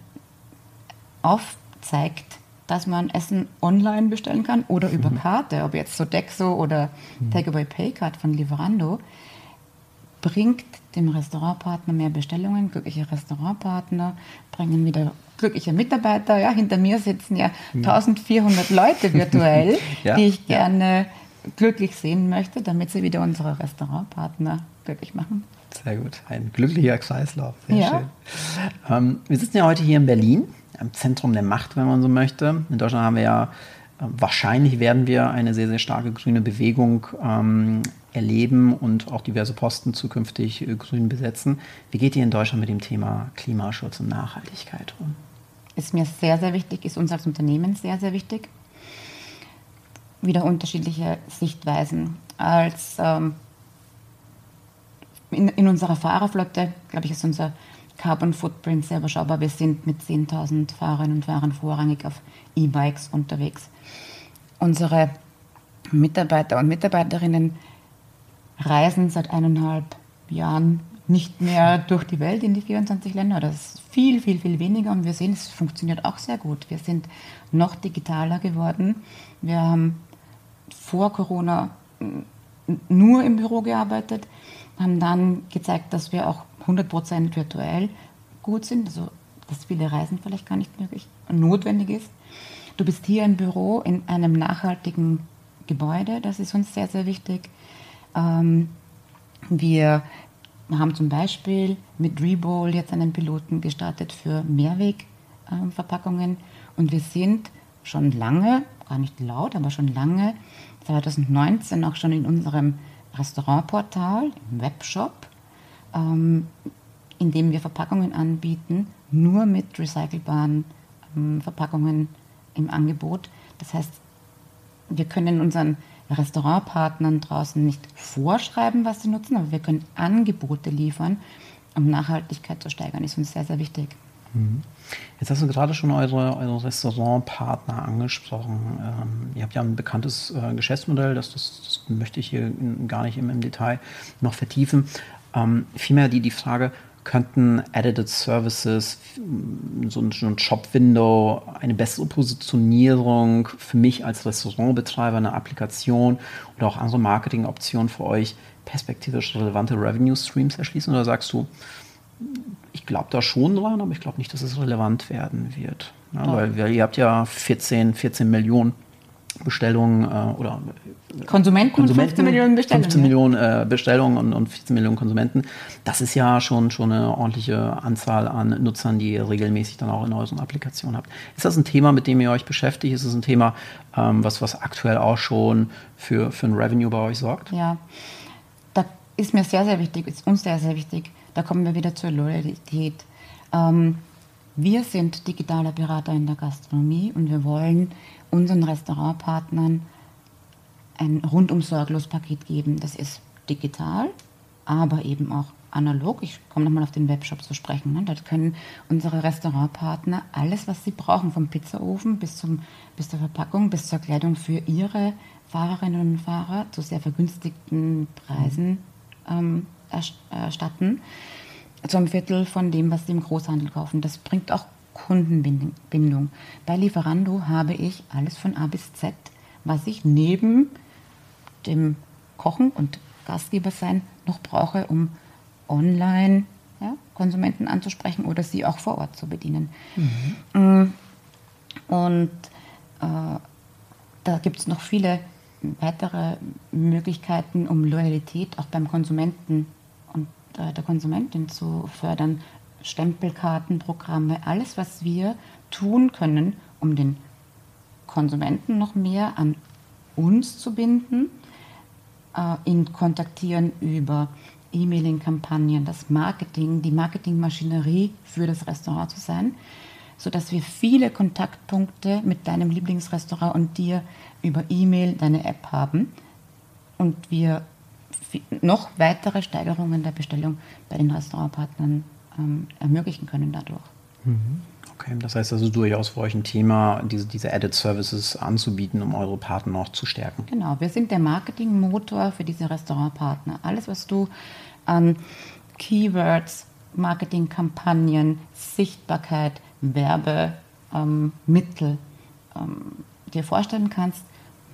[SPEAKER 1] aufzeigt, dass man Essen online bestellen kann oder über mhm. Karte, ob jetzt Sodexo oder mhm. Takeaway Paycard von Lieferando, bringt dem Restaurantpartner mehr Bestellungen, glückliche Restaurantpartner bringen wieder glückliche Mitarbeiter. Ja, hinter mir sitzen ja eintausendvierhundert Leute virtuell, ja, die ich ja. gerne glücklich sehen möchte, damit sie wieder unsere Restaurantpartner glücklich machen.
[SPEAKER 3] Sehr gut, ein glücklicher Kreislauf, sehr ja. schön. Ähm, wir sitzen ja heute hier in Berlin, im Zentrum der Macht, wenn man so möchte. In Deutschland haben wir ja, äh, wahrscheinlich werden wir eine sehr, sehr starke grüne Bewegung ähm, erleben und auch diverse Posten zukünftig äh, grün besetzen. Wie geht ihr in Deutschland mit dem Thema Klimaschutz und Nachhaltigkeit um?
[SPEAKER 1] Ist mir sehr, sehr wichtig, ist uns als Unternehmen sehr, sehr wichtig. Wieder unterschiedliche Sichtweisen. Als ähm, in, in unserer Fahrerflotte, glaube ich, ist unser Carbon Footprint sehr überschaubar. Wir sind mit zehntausend Fahrerinnen und Fahrern vorrangig auf E-Bikes unterwegs. Unsere Mitarbeiter und Mitarbeiterinnen reisen seit eineinhalb Jahren nicht mehr durch die Welt in die vierundzwanzig Länder. Das ist viel, viel, viel weniger. Und wir sehen, es funktioniert auch sehr gut. Wir sind noch digitaler geworden. Wir haben vor Corona nur im Büro gearbeitet, haben dann gezeigt, dass wir auch hundert Prozent virtuell gut sind, also dass viele Reisen vielleicht gar nicht möglich notwendig ist. Du bist hier im Büro in einem nachhaltigen Gebäude, das ist uns sehr, sehr wichtig. Ähm, wir haben zum Beispiel mit Rebowl jetzt einen Piloten gestartet für Mehrwegverpackungen ähm, und wir sind schon lange, gar nicht laut, aber schon lange, zwanzig neunzehn auch schon in unserem Restaurantportal, im Webshop, ähm, in dem wir Verpackungen anbieten, nur mit recycelbaren ähm, Verpackungen im Angebot. Das heißt, wir können unseren Restaurantpartnern draußen nicht vorschreiben, was sie nutzen, aber wir können Angebote liefern, um Nachhaltigkeit zu steigern. Ist uns sehr, sehr wichtig.
[SPEAKER 3] Jetzt hast du gerade schon eure, eure Restaurantpartner angesprochen. Ähm, ihr habt ja ein bekanntes äh, Geschäftsmodell, das, das, das möchte ich hier gar nicht im, im Detail noch vertiefen. Ähm, vielmehr die, die Frage, könnten Edited Services, so ein, so ein Shop-Window, eine bessere Positionierung für mich als Restaurantbetreiber, eine Applikation oder auch andere Marketingoptionen für euch perspektivisch relevante Revenue-Streams erschließen? Oder sagst du, ich glaube da schon dran, aber ich glaube nicht, dass es relevant werden wird. Ja, weil, weil ihr habt ja vierzehn, vierzehn Millionen Bestellungen äh, oder
[SPEAKER 1] Konsumenten, Konsumenten fünfzehn Millionen Bestellungen.
[SPEAKER 3] fünfzehn Millionen äh, Bestellungen und, und vierzehn Millionen Konsumenten. Das ist ja schon, schon eine ordentliche Anzahl an Nutzern, die ihr regelmäßig dann auch in euren Applikationen habt. Ist das ein Thema, mit dem ihr euch beschäftigt? Ist es ein Thema, ähm, was, was aktuell auch schon für, für ein Revenue bei euch sorgt?
[SPEAKER 1] Ja, da ist mir sehr, sehr wichtig, ist uns sehr, sehr wichtig. Da kommen wir wieder zur Loyalität. Ähm, wir sind digitaler Berater in der Gastronomie und wir wollen unseren Restaurantpartnern ein rundum sorglos Paket geben. Das ist digital, aber eben auch analog. Ich komme nochmal auf den Webshop zu sprechen. Ne? Da können unsere Restaurantpartner alles, was sie brauchen, vom Pizzaofen bis, zum, bis zur Verpackung, bis zur Kleidung für ihre Fahrerinnen und Fahrer zu sehr vergünstigten Preisen ähm, erstatten. Zu einem Viertel von dem, was sie im Großhandel kaufen. Das bringt auch Kundenbindung. Bei Lieferando habe ich alles von A bis Z, was ich neben dem Kochen und Gastgeber sein noch brauche, um online ja, Konsumenten anzusprechen oder sie auch vor Ort zu bedienen. Mhm. Und äh, da gibt es noch viele weitere Möglichkeiten, um Loyalität auch beim Konsumenten und äh, der Konsumentin zu fördern. Stempelkartenprogramme, alles, was wir tun können, um den Konsumenten noch mehr an uns zu binden, äh, ihn kontaktieren über E-Mailing-Kampagnen, das Marketing, die Marketingmaschinerie für das Restaurant zu sein, sodass wir viele Kontaktpunkte mit deinem Lieblingsrestaurant und dir über E-Mail, deine App haben und wir noch weitere Steigerungen der Bestellung bei den Restaurantpartnern ähm, ermöglichen können dadurch.
[SPEAKER 3] Okay, das heißt also durchaus für euch ein Thema, diese, diese Added Services anzubieten, um eure Partner noch zu stärken.
[SPEAKER 1] Genau, wir sind der Marketingmotor für diese Restaurantpartner. Alles, was du an Keywords, Marketingkampagnen, Sichtbarkeit, Werbemittel ähm, ähm, dir vorstellen kannst,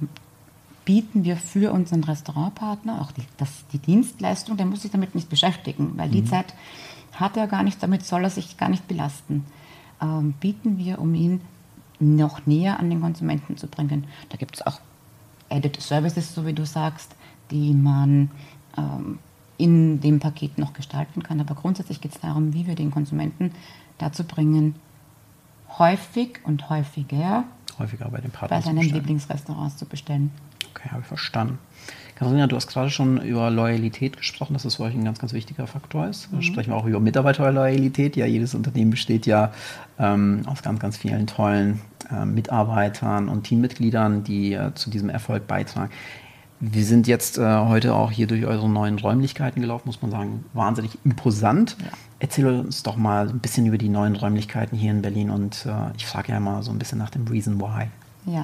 [SPEAKER 1] bieten wir für unseren Restaurantpartner auch die, das, die Dienstleistung, der muss sich damit nicht beschäftigen, weil mhm. die Zeit hat er gar nicht, damit soll er sich gar nicht belasten. Ähm, bieten wir, um ihn noch näher an den Konsumenten zu bringen. Da gibt es auch Added Services, so wie du sagst, die man ähm, in dem Paket noch gestalten kann. Aber grundsätzlich geht es darum, wie wir den Konsumenten dazu bringen, häufig und häufiger
[SPEAKER 3] häufiger bei den Partnern
[SPEAKER 1] bei seinen Lieblingsrestaurants zu bestellen.
[SPEAKER 3] Okay, habe ich verstanden. Katharina, du hast gerade schon über Loyalität gesprochen, dass das für euch ein ganz, ganz wichtiger Faktor ist. Mhm. Sprechen wir auch über Mitarbeiterloyalität. Ja, jedes Unternehmen besteht ja ähm, aus ganz, ganz vielen tollen äh, Mitarbeitern und Teammitgliedern, die äh, zu diesem Erfolg beitragen. Wir sind jetzt äh, heute auch hier durch eure neuen Räumlichkeiten gelaufen, muss man sagen, wahnsinnig imposant. Ja. Erzähl uns doch mal ein bisschen über die neuen Räumlichkeiten hier in Berlin und äh, ich frage ja mal so ein bisschen nach dem Reason Why.
[SPEAKER 1] Ja.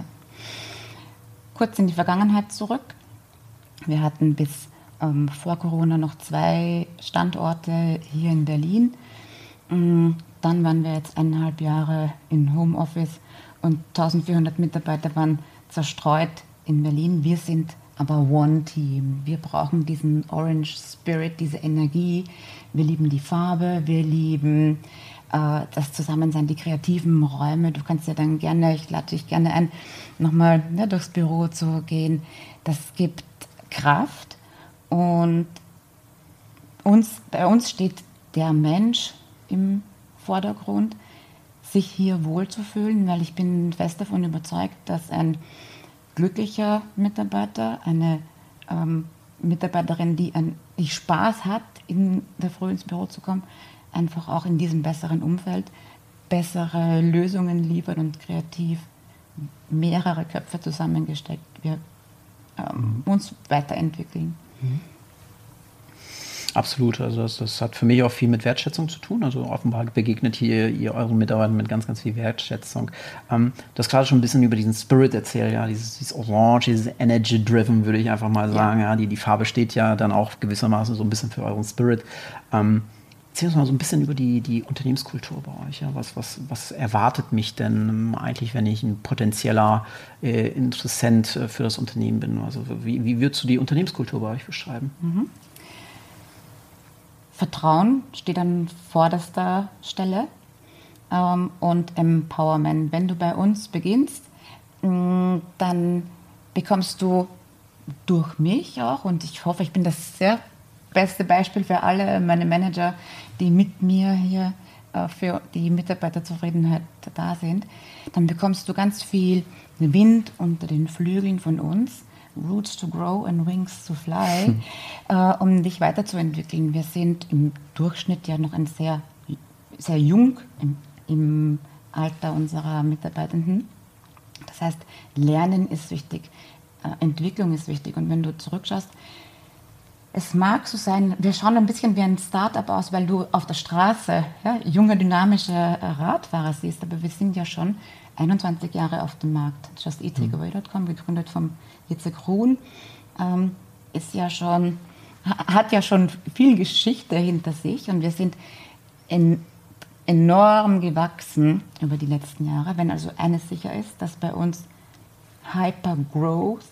[SPEAKER 1] Kurz in die Vergangenheit zurück. Wir hatten bis ähm, vor Corona noch zwei Standorte hier in Berlin. Ähm, dann waren wir jetzt eineinhalb Jahre in Homeoffice und eintausendvierhundert Mitarbeiter waren zerstreut in Berlin. Wir sind aber One Team. Wir brauchen diesen Orange Spirit, diese Energie. Wir lieben die Farbe, wir lieben äh, das Zusammensein, die kreativen Räume. Du kannst ja dann gerne, ich lade dich gerne ein, nochmal ne, durchs Büro zu gehen. Das gibt Kraft und uns, bei uns steht der Mensch im Vordergrund, sich hier wohlzufühlen, weil ich bin fest davon überzeugt, dass ein glücklicher Mitarbeiter, eine ähm, Mitarbeiterin, die, ein, die Spaß hat, in der Früh ins Büro zu kommen, einfach auch in diesem besseren Umfeld bessere Lösungen liefert und kreativ mehrere Köpfe zusammengesteckt wir ähm, mhm. uns weiterentwickeln.
[SPEAKER 3] Mhm. Absolut, also das, das hat für mich auch viel mit Wertschätzung zu tun. Also offenbar begegnet hier ihr euren Mitarbeitern mit ganz, ganz viel Wertschätzung. Ähm, du hast gerade schon ein bisschen über diesen Spirit erzählt, ja, dieses, dieses Orange, dieses Energy-Driven, würde ich einfach mal sagen. Ja. Ja, die, die Farbe steht ja dann auch gewissermaßen so ein bisschen für euren Spirit. Ähm, erzähl uns mal so ein bisschen über die, die Unternehmenskultur bei euch. Ja. Was, was, was erwartet mich denn eigentlich, wenn ich ein potenzieller äh, Interessent äh, für das Unternehmen bin? Also wie, wie würdest du die Unternehmenskultur bei euch beschreiben?
[SPEAKER 1] Mhm. Vertrauen steht an vorderster Stelle ähm, und Empowerment. Wenn du bei uns beginnst, mh, dann bekommst du durch mich auch, und ich hoffe, ich bin das sehr beste Beispiel für alle meine Manager, die mit mir hier äh, für die Mitarbeiterzufriedenheit da sind, dann bekommst du ganz viel Wind unter den Flügeln von uns, Roots to grow and wings to fly, hm. äh, um dich weiterzuentwickeln. Wir sind im Durchschnitt ja noch ein sehr, sehr jung im, im Alter unserer Mitarbeitenden. Das heißt, Lernen ist wichtig, äh, Entwicklung ist wichtig. Und wenn du zurückschaust, es mag so sein, wir schauen ein bisschen wie ein Start-up aus, weil du auf der Straße ja, junge, dynamische Radfahrer siehst, aber wir sind ja schon einundzwanzig Jahre auf dem Markt. Just Eat Takeaway Punkt com, gegründet vom Jacek Ruhn, ähm, ist ja schon, hat ja schon viel Geschichte hinter sich und wir sind en, enorm gewachsen über die letzten Jahre. Wenn also eines sicher ist, dass bei uns Hyper-Growth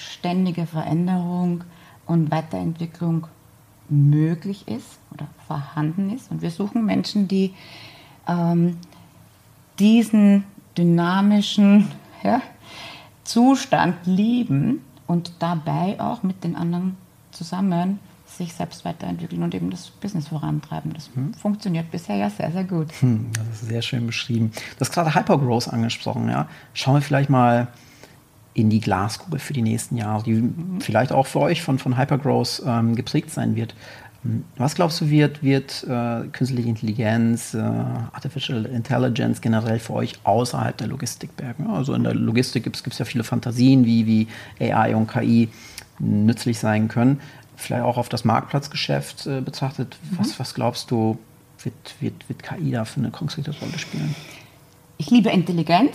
[SPEAKER 1] ständige Veränderung und Weiterentwicklung möglich ist oder vorhanden ist. Und wir suchen Menschen, die ähm, diesen dynamischen ja, Zustand lieben und dabei auch mit den anderen zusammen sich selbst weiterentwickeln und eben das Business vorantreiben. Das hm. funktioniert bisher ja sehr, sehr gut.
[SPEAKER 3] Hm, das ist sehr schön beschrieben. Du hast gerade Hypergrowth angesprochen. Ja? Schauen wir vielleicht mal in die Glaskugel für die nächsten Jahre, die mhm. vielleicht auch für euch von, von Hypergrowth ähm, geprägt sein wird. Was glaubst du, wird, wird äh, künstliche Intelligenz, äh, Artificial Intelligence generell für euch außerhalb der Logistik bergen? Also in der Logistik gibt es ja viele Fantasien, wie, wie A I und K I nützlich sein können. Vielleicht auch auf das Marktplatzgeschäft äh, betrachtet. Mhm. Was, was glaubst du, wird, wird, wird K I da für eine konkrete Rolle spielen?
[SPEAKER 1] Ich liebe Intelligenz.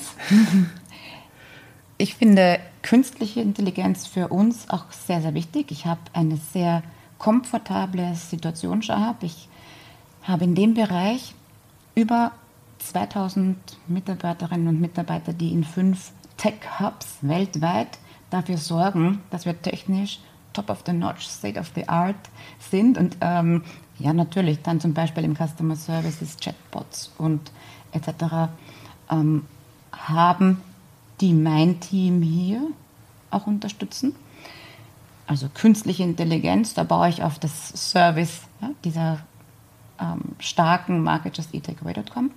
[SPEAKER 1] Ich finde künstliche Intelligenz für uns auch sehr, sehr wichtig. Ich habe eine sehr komfortable Situation gehabt. Ich habe in dem Bereich über zweitausend Mitarbeiterinnen und Mitarbeiter, die in fünf Tech-Hubs weltweit dafür sorgen, dass wir technisch top of the notch, state of the art sind. Und ähm, ja, natürlich dann zum Beispiel im Customer Services, Chatbots und et cetera ähm, haben, die mein Team hier auch unterstützen. Also künstliche Intelligenz, da baue ich auf das Service ja, dieser ähm, starken Marke just eat takeaway dot com.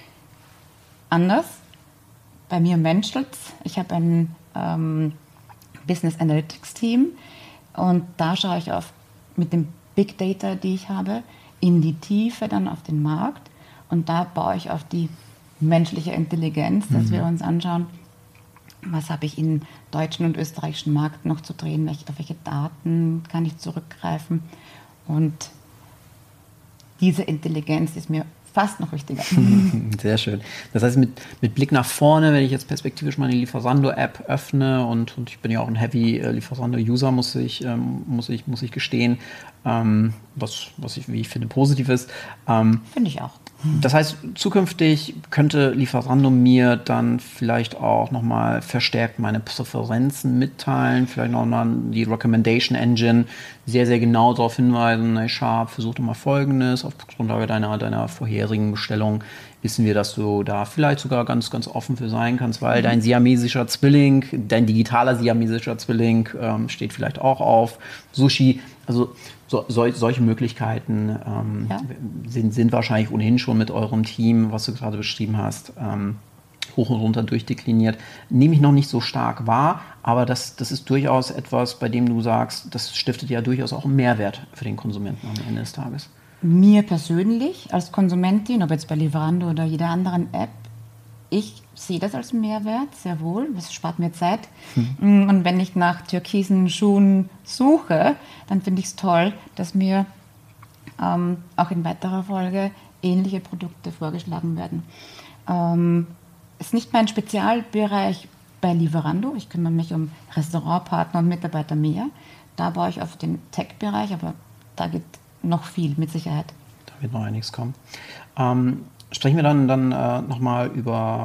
[SPEAKER 1] Anders, bei mir menschelt's. Ich habe ein ähm, Business Analytics Team und da schaue ich auf mit dem Big Data, die ich habe, in die Tiefe dann auf den Markt und da baue ich auf die menschliche Intelligenz, dass mhm. wir uns anschauen, was habe ich im deutschen und österreichischen Markt noch zu drehen, welche, auf welche Daten kann ich zurückgreifen. Und diese Intelligenz ist mir fast noch wichtiger.
[SPEAKER 3] Sehr schön. Das heißt, mit, mit Blick nach vorne, wenn ich jetzt perspektivisch meine Lieferando-App öffne und, und ich bin ja auch ein Heavy-Lieferando-User, muss ich, ähm, muss ich, muss ich gestehen, ähm, was, was ich, wie ich finde, positiv ist. Ähm,
[SPEAKER 1] finde ich auch.
[SPEAKER 3] Das heißt, zukünftig könnte Lieferando mir dann vielleicht auch nochmal verstärkt meine Präferenzen mitteilen, vielleicht nochmal die Recommendation Engine sehr, sehr genau darauf hinweisen, hey Sharp, versuch doch mal Folgendes, auf Grundlage deiner, deiner vorherigen Bestellung wissen wir, dass du da vielleicht sogar ganz, ganz offen für sein kannst, weil mhm. dein siamesischer Zwilling, dein digitaler siamesischer Zwilling ähm, steht vielleicht auch auf Sushi. Also so, sol, solche Möglichkeiten ähm, ja. sind, sind wahrscheinlich ohnehin schon mit eurem Team, was du gerade beschrieben hast, ähm, hoch und runter durchdekliniert. Nehme ich noch nicht so stark wahr, aber das, das ist durchaus etwas, bei dem du sagst, das stiftet ja durchaus auch einen Mehrwert für den Konsumenten am Ende des Tages.
[SPEAKER 1] Mir persönlich als Konsumentin, ob jetzt bei Lieferando oder jeder anderen App, ich sehe das als Mehrwert, sehr wohl. Das spart mir Zeit. Hm. Und wenn ich nach türkisen Schuhen suche, dann finde ich es toll, dass mir ähm, auch in weiterer Folge ähnliche Produkte vorgeschlagen werden. Ähm, ist nicht mein Spezialbereich bei Lieferando. Ich kümmere mich um Restaurantpartner und Mitarbeiter mehr. Da baue ich auf den Tech-Bereich, aber da geht noch viel, mit Sicherheit.
[SPEAKER 3] Da wird noch einiges kommen. Ähm, sprechen wir dann, dann äh, nochmal über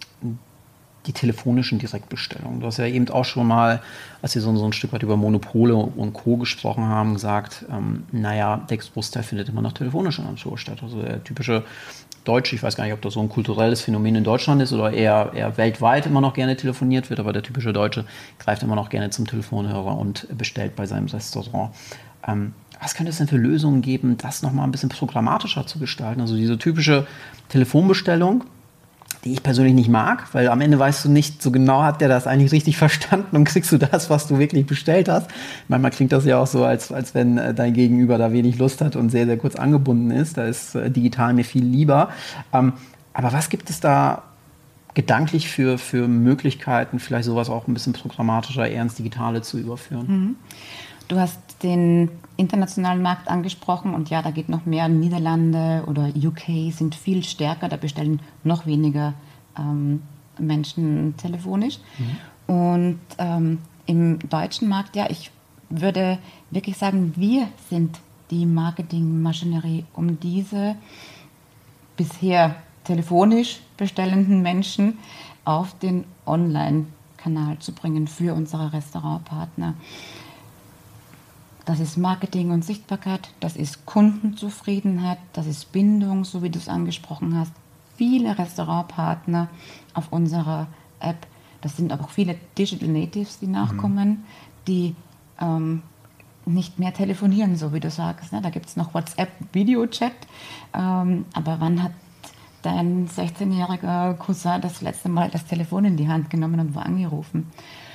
[SPEAKER 3] die telefonischen Direktbestellungen. Du hast ja eben auch schon mal, als wir so, so ein Stück weit über Monopole und Co. gesprochen haben, gesagt, ähm, naja, der Großteil findet immer noch telefonisch in Natur statt. Also der typische Deutsche, ich weiß gar nicht, ob das so ein kulturelles Phänomen in Deutschland ist oder eher, eher weltweit immer noch gerne telefoniert wird, aber der typische Deutsche greift immer noch gerne zum Telefonhörer und bestellt bei seinem Restaurant. Ähm, was könnte es denn für Lösungen geben, das nochmal ein bisschen programmatischer zu gestalten? Also diese typische Telefonbestellung, die ich persönlich nicht mag, weil am Ende weißt du nicht so genau, hat der das eigentlich richtig verstanden und kriegst du das, was du wirklich bestellt hast. Manchmal klingt das ja auch so, als, als wenn dein Gegenüber da wenig Lust hat und sehr, sehr kurz angebunden ist. Da ist äh, digital mir viel lieber. Ähm, aber was gibt es da gedanklich für, für Möglichkeiten, vielleicht sowas auch ein bisschen programmatischer eher ins Digitale zu überführen?
[SPEAKER 1] Mhm. Du hast den internationalen Markt angesprochen und ja, da geht noch mehr. Niederlande oder U K sind viel stärker, da bestellen noch weniger ähm, Menschen telefonisch. Mhm. Und ähm, im deutschen Markt, ja, ich würde wirklich sagen, wir sind die Marketingmaschinerie, um diese bisher telefonisch bestellenden Menschen auf den Online Kanal zu bringen für unsere Restaurantpartner. Das ist Marketing und Sichtbarkeit, das ist Kundenzufriedenheit, das ist Bindung, so wie du es angesprochen hast. Viele Restaurantpartner auf unserer App, das sind aber auch viele Digital Natives, die nachkommen, mhm. die ähm, nicht mehr telefonieren, so wie du sagst. Ne? Da gibt es noch WhatsApp, Videochat, ähm, aber wann hat dein sechzehnjähriger Cousin das letzte Mal das Telefon in die Hand genommen und wo angerufen?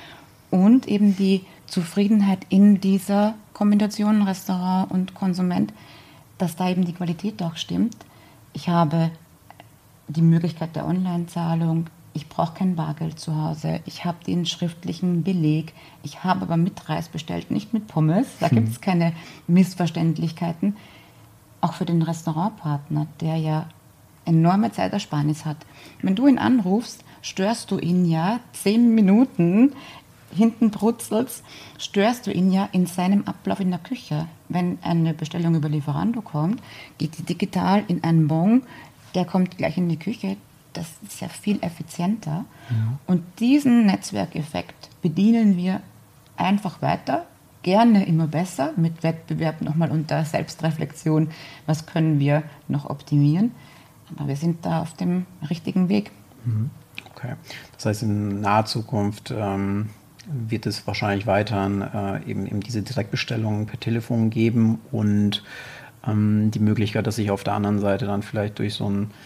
[SPEAKER 1] Und eben die Zufriedenheit in dieser Kombination Restaurant und Konsument, dass da eben die Qualität auch stimmt. Ich habe die Möglichkeit der Online-Zahlung, ich brauche kein Bargeld zu Hause, ich habe den schriftlichen Beleg, ich habe aber mit Reis bestellt, nicht mit Pommes, da gibt es keine Missverständlichkeiten. Auch für den Restaurantpartner, der ja enorme Zeitersparnis hat. Wenn du ihn anrufst, störst du ihn ja zehn Minuten, hinten brutzelst, störst du ihn ja in seinem Ablauf in der Küche. Wenn eine Bestellung über Lieferando kommt, geht die digital in einen Bon, der kommt gleich in die Küche. Das ist ja viel effizienter. Ja. Und diesen Netzwerkeffekt bedienen wir einfach weiter, gerne immer besser, mit Wettbewerb nochmal unter Selbstreflexion, was können wir noch optimieren. Aber wir sind da auf dem richtigen Weg.
[SPEAKER 3] Okay, das heißt in naher Zukunft ähm, wird es wahrscheinlich weiterhin äh, eben, eben diese Direktbestellungen per Telefon geben und ähm, die Möglichkeit, dass ich auf der anderen Seite dann vielleicht durch so ein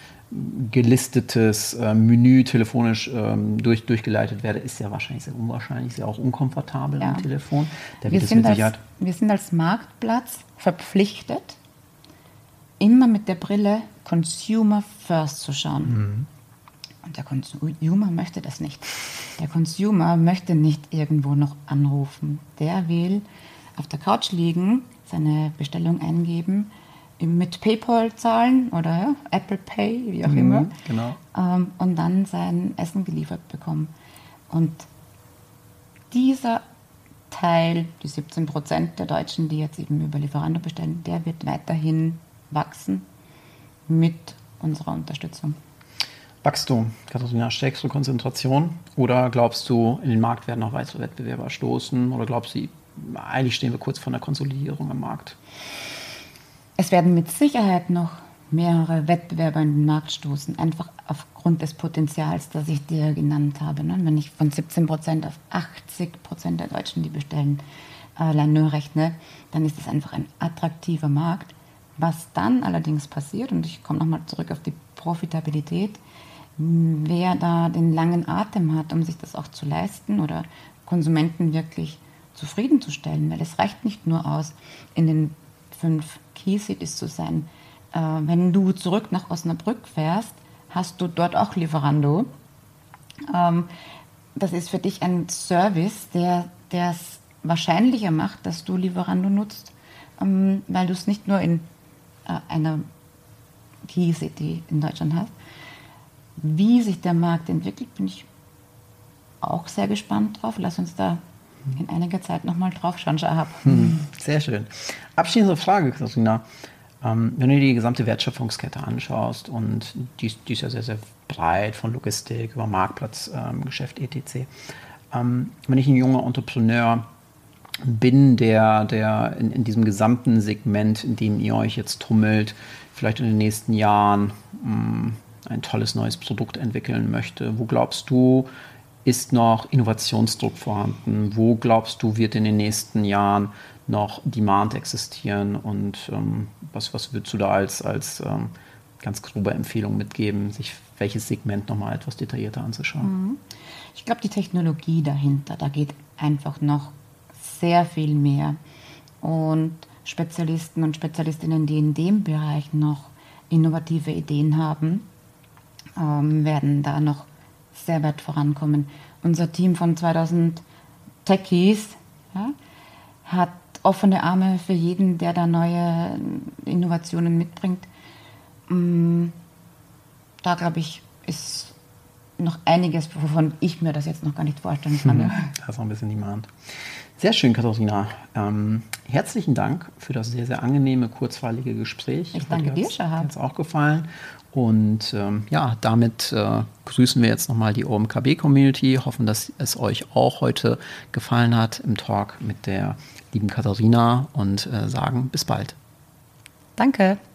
[SPEAKER 3] gelistetes äh, Menü telefonisch ähm, durch, durchgeleitet werde, ist ja wahrscheinlich sehr unwahrscheinlich, sehr auch unkomfortabel ja. am Telefon. Da
[SPEAKER 1] wir, sind als, wir sind als Marktplatz verpflichtet, immer mit der Brille Consumer First zu schauen. Mhm. Und der Consumer möchte das nicht. Der Consumer möchte nicht irgendwo noch anrufen. Der will auf der Couch liegen, seine Bestellung eingeben, mit PayPal zahlen oder ja, Apple Pay, wie auch mhm, immer,
[SPEAKER 3] genau.
[SPEAKER 1] ähm, und dann sein Essen geliefert bekommen. Und dieser Teil, die siebzehn Prozent der Deutschen, die jetzt eben über Lieferando bestellen, der wird weiterhin wachsen mit unserer Unterstützung.
[SPEAKER 3] Wachst du, Katharina, stärkst du Konzentration oder glaubst du, in den Markt werden noch weitere Wettbewerber stoßen oder glaubst du, eigentlich stehen wir kurz vor einer Konsolidierung im Markt?
[SPEAKER 1] Es werden mit Sicherheit noch mehrere Wettbewerber in den Markt stoßen, einfach aufgrund des Potenzials, das ich dir genannt habe. Wenn ich von siebzehn Prozent auf achtzig Prozent der Deutschen, die bestellen, allein nur rechne, dann ist es einfach ein attraktiver Markt. Was dann allerdings passiert, und ich komme nochmal zurück auf die Profitabilität, wer da den langen Atem hat, um sich das auch zu leisten oder Konsumenten wirklich zufriedenzustellen, weil es reicht nicht nur aus, in den fünf Key Cities zu sein. Äh, wenn du zurück nach Osnabrück fährst, hast du dort auch Lieferando. Ähm, das ist für dich ein Service, der es wahrscheinlicher macht, dass du Lieferando nutzt, ähm, weil du es nicht nur in äh, einer Key City in Deutschland hast. Wie sich der Markt entwickelt, bin ich auch sehr gespannt drauf. Lass uns da in einiger Zeit nochmal drauf schauen, Shahab.
[SPEAKER 3] Hm, sehr schön. Abschließende Frage, Katharina. Ähm, wenn du dir die gesamte Wertschöpfungskette anschaust und die, die ist ja sehr, sehr breit, von Logistik über Marktplatzgeschäft, ähm, et cetera. Ähm, wenn ich ein junger Entrepreneur bin, der, der in, in diesem gesamten Segment, in dem ihr euch jetzt tummelt, vielleicht in den nächsten Jahren mh, ein tolles neues Produkt entwickeln möchte, wo glaubst du, ist noch Innovationsdruck vorhanden? Wo glaubst du, wird in den nächsten Jahren noch Demand existieren? Und ähm, was, was würdest du da als, als ähm, ganz grobe Empfehlung mitgeben, sich welches Segment nochmal etwas detaillierter anzuschauen?
[SPEAKER 1] Ich glaube, die Technologie dahinter, da geht einfach noch sehr viel mehr. Und Spezialisten und Spezialistinnen, die in dem Bereich noch innovative Ideen haben, ähm, werden da noch sehr weit vorankommen. Unser Team von zweitausend Techies ja, hat offene Arme für jeden, der da neue Innovationen mitbringt. Da, glaube ich, ist noch einiges, wovon ich mir das jetzt noch gar nicht vorstellen kann.
[SPEAKER 3] Mhm. Da ist noch ein bisschen Demand. Sehr schön, Katharina. Ähm, herzlichen Dank für das sehr, sehr angenehme, kurzweilige Gespräch.
[SPEAKER 1] Ich danke dir, Shahab.
[SPEAKER 3] Hat es auch gefallen. Und ähm, ja, damit äh, grüßen wir jetzt nochmal die O M K B-Community, hoffen, dass es euch auch heute gefallen hat im Talk mit der lieben Katharina und äh, sagen bis bald.
[SPEAKER 1] Danke.